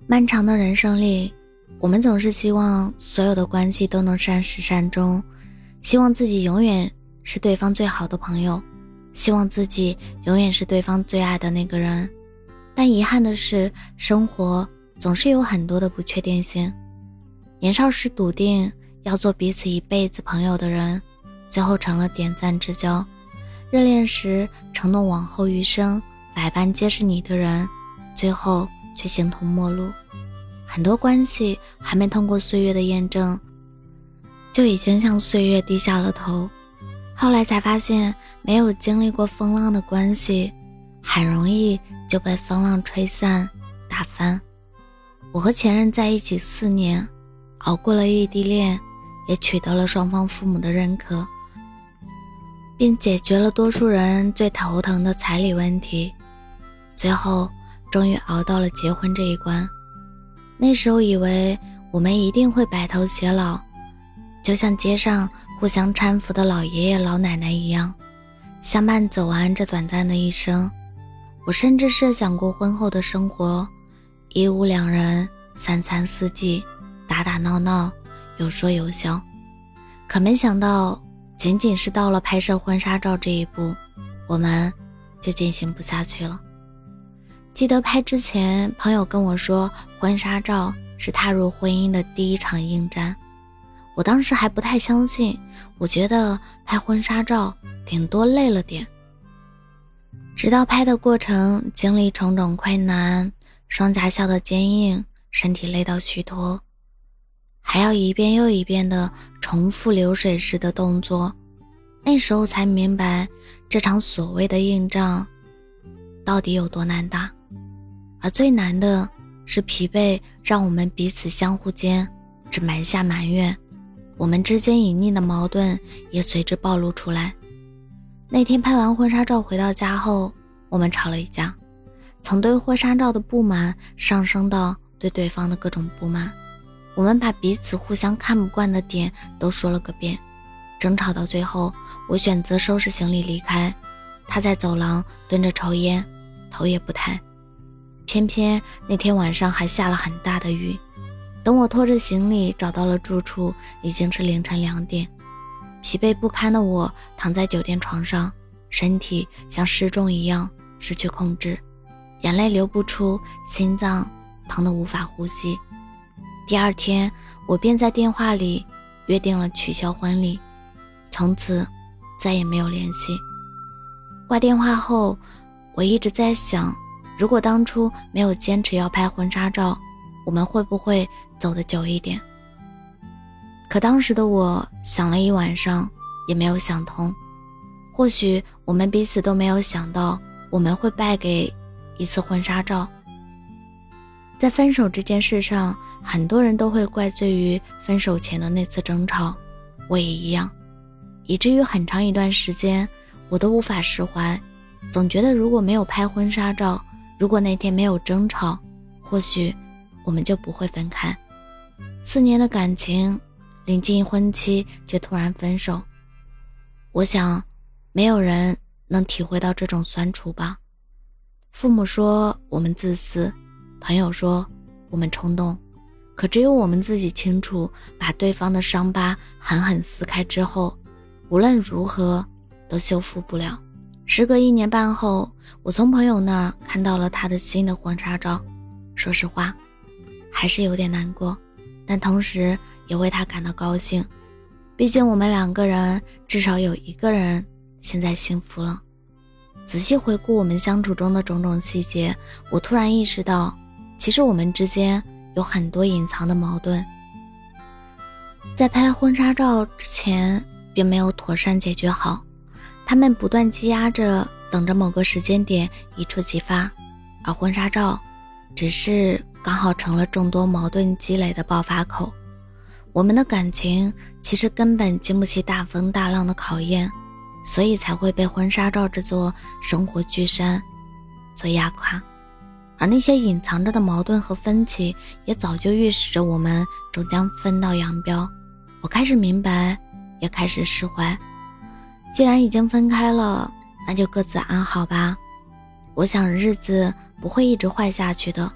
漫长的人生里，我们总是希望所有的关系都能善始善终，希望自己永远是对方最好的朋友，希望自己永远是对方最爱的那个人。但遗憾的是，生活总是有很多的不确定性。年少时笃定要做彼此一辈子朋友的人，最后成了点赞之交；热恋时承诺往后余生百般皆是你的人，最后却形同陌路。很多关系还没通过岁月的验证，就已经向岁月低下了头。后来才发现，没有经历过风浪的关系，很容易就被风浪吹散打翻。我和前任在一起4年，熬过了异地恋，也取得了双方父母的认可，并解决了多数人最头疼的彩礼问题，最后终于熬到了结婚这一关。那时候以为我们一定会白头偕老，就像街上互相搀扶的老爷爷老奶奶一样，相伴走完这短暂的一生。我甚至设想过婚后的生活，一屋2人，3餐4季，打打闹闹，有说有笑。可没想到，仅仅是到了拍摄婚纱照这一步，我们就进行不下去了。记得拍之前，朋友跟我说，婚纱照是踏入婚姻的第一场硬战。我当时还不太相信，我觉得拍婚纱照顶多累了点。直到拍的过程经历种种困难，双颊笑得坚硬，身体累到虚脱，还要一遍又一遍的重复流水式的动作，那时候才明白这场所谓的硬仗到底有多难打。而最难的是疲惫让我们彼此相互间只埋下埋怨，我们之间隐匿的矛盾也随之暴露出来。那天拍完婚纱照回到家后，我们吵了一架，从对婚纱照的不满上升到对对方的各种不满，我们把彼此互相看不惯的点都说了个遍。争吵到最后，我选择收拾行李离开，他在走廊蹲着抽烟，头也不抬。偏偏那天晚上还下了很大的雨，等我拖着行李找到了住处，已经是凌晨2点。疲惫不堪的我躺在酒店床上，身体像失重一样失去控制，眼泪流不出，心脏疼得无法呼吸。第2天，我便在电话里约定了取消婚礼，从此再也没有联系。挂电话后，我一直在想，如果当初没有坚持要拍婚纱照，我们会不会走得久一点？可当时的我想了一晚上也没有想通，或许我们彼此都没有想到我们会败给一次婚纱照。在分手这件事上，很多人都会怪罪于分手前的那次争吵，我也一样，以至于很长一段时间我都无法释怀，总觉得如果没有拍婚纱照，如果那天没有争吵，或许我们就不会分开。4年的感情临近婚期却突然分手，我想没有人能体会到这种酸楚吧。父母说我们自私，朋友说我们冲动，可只有我们自己清楚，把对方的伤疤狠狠撕开之后，无论如何都修复不了。时隔1年半后，我从朋友那儿看到了他的新的婚纱照，说实话还是有点难过，但同时也为他感到高兴，毕竟我们2个人至少有1个人现在幸福了。仔细回顾我们相处中的种种细节，我突然意识到，其实我们之间有很多隐藏的矛盾，在拍婚纱照之前并没有妥善解决好，他们不断积压着，等着某个时间点一触即发，而婚纱照只是刚好成了众多矛盾积累的爆发口。我们的感情其实根本经不起大风大浪的考验，所以才会被婚纱照这座生活巨山所压垮。而那些隐藏着的矛盾和分歧，也早就预示着我们终将分道扬镳。我开始明白，也开始释怀。既然已经分开了，那就各自安好吧。我想日子不会一直坏下去的，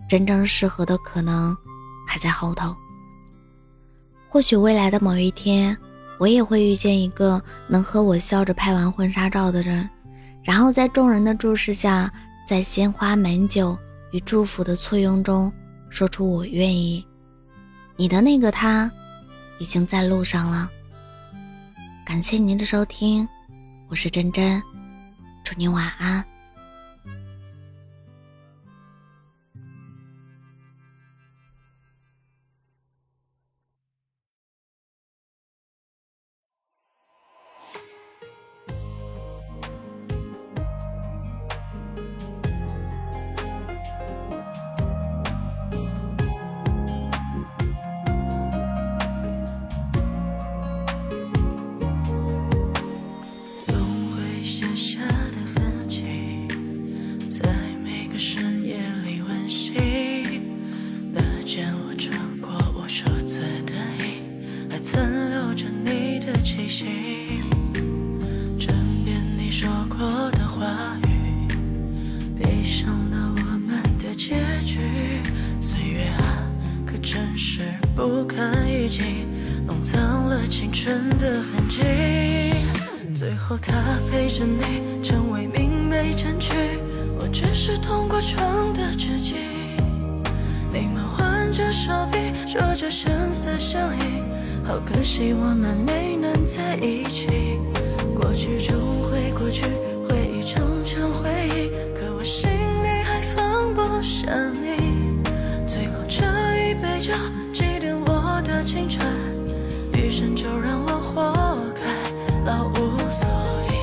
真正适合的可能还在后头。或许未来的某一天，我也会遇见一个能和我笑着拍完婚纱照的人，然后在众人的注视下，在鲜花美酒与祝福的簇拥中，说出我愿意。你的那个他已经在路上了。感谢您的收听，我是真真，祝您晚安。 枕边你说过的话语，悲伤了我们的结局。岁月啊，可真是不堪一击，弄脏了青春的痕迹。最后他陪着你成为明媚真句，我只是通过窗的纸迹。你们挽着手臂，说着生死相依，好可惜我们没能在一起。过去终会过去，回忆终成回忆，可我心里还放不下你。最后这一杯酒祭奠我的青春，余生就让我活该，老无所依。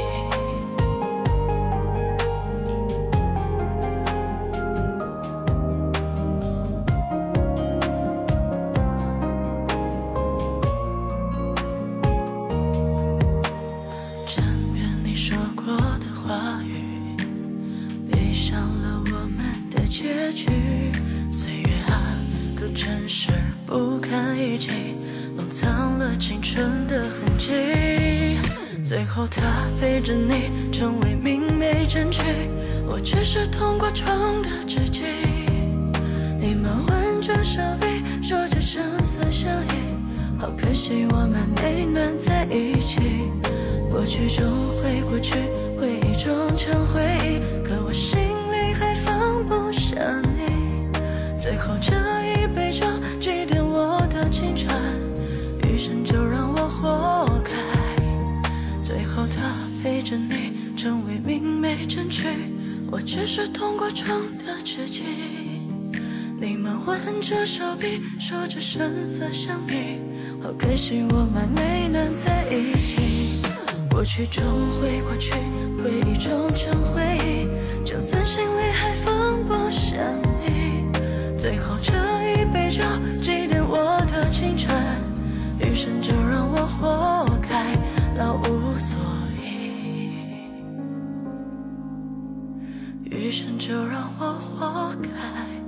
枕边你说过的话语，悲伤了我们的结局。岁月啊，可真是不堪一击，弄脏了青春的痕迹。最后他陪着你成为明媚真句，我只是通过窗的纸迹。你们挽着手臂，说着生死相依，好可惜我们没能在一起。过去终会过去，回忆终成回忆，可我心里还放不下你。最后这一杯酒祭奠我的青春，余生就让我活该。最后他陪着你成为明媚真句，我只是通过窗的纸迹。你们挽着手臂，说着生死相依，好可惜我们没能在一起。过去终会过去，回忆终成回忆，就算心里还放不下你。最后这一杯酒祭奠我的青春，余生就让我活该，老无所依。余生就让我活该。